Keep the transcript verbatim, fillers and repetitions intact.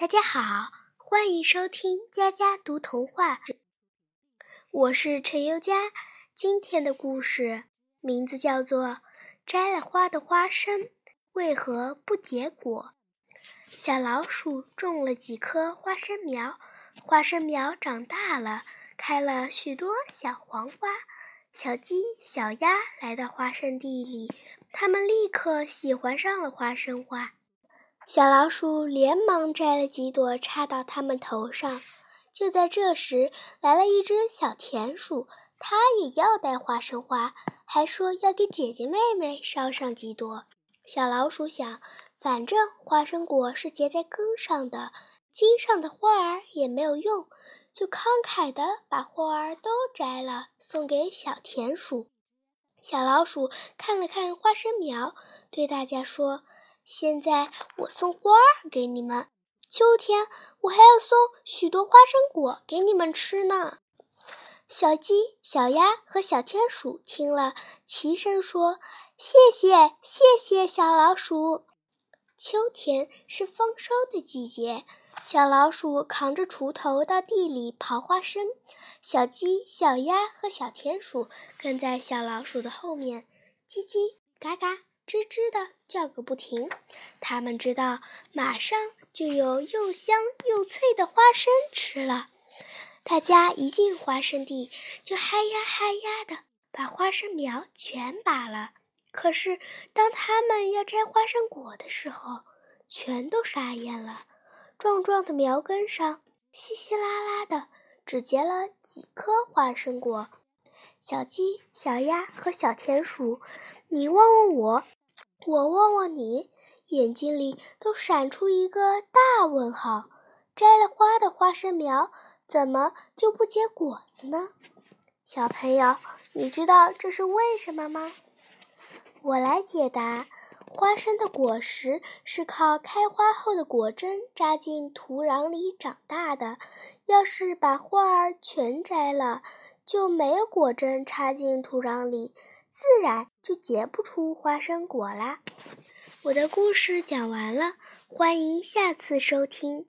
大家好，欢迎收听佳佳读童话，我是陈优佳。今天的故事名字叫做《摘了花的花生为何不结果》。小老鼠种了几棵花生苗，花生苗长大了，开了许多小黄花。小鸡、小鸭来到花生地里，它们立刻喜欢上了花生花。小老鼠连忙摘了几朵插到它们头上。就在这时，来了一只小田鼠，它也要带花生花，还说要给姐姐妹妹捎上几朵。小老鼠想，反正花生果是结在根上的，茎上的花儿也没有用，就慷慨地把花儿都摘了，送给小田鼠。小老鼠看了看花生苗，对大家说，现在我送花儿给你们，秋天我还要送许多花生果给你们吃呢。小鸡、小鸭和小田鼠听了，齐声说，谢谢，谢谢小老鼠。秋天是丰收的季节，小老鼠扛着锄头到地里刨花生，小鸡、小鸭和小田鼠跟在小老鼠的后面，叽叽嘎嘎吱吱地叫个不停。他们知道马上就有又香又脆的花生吃了。大家一进花生地，就嗨呀嗨呀的把花生苗全拔了。可是当他们要摘花生果的时候，全都傻眼了。壮壮的苗根上稀稀拉拉的只结了几颗花生果。小鸡、小鸭和小田鼠，你望望我，我望望你，眼睛里都闪出一个大问号。摘了花的花生苗怎么就不结果子呢？小朋友，你知道这是为什么吗？我来解答。花生的果实是靠开花后的果针扎进土壤里长大的，要是把花儿全摘了，就没有果针插进土壤里，自然就结不出花生果啦。我的故事讲完了，欢迎下次收听。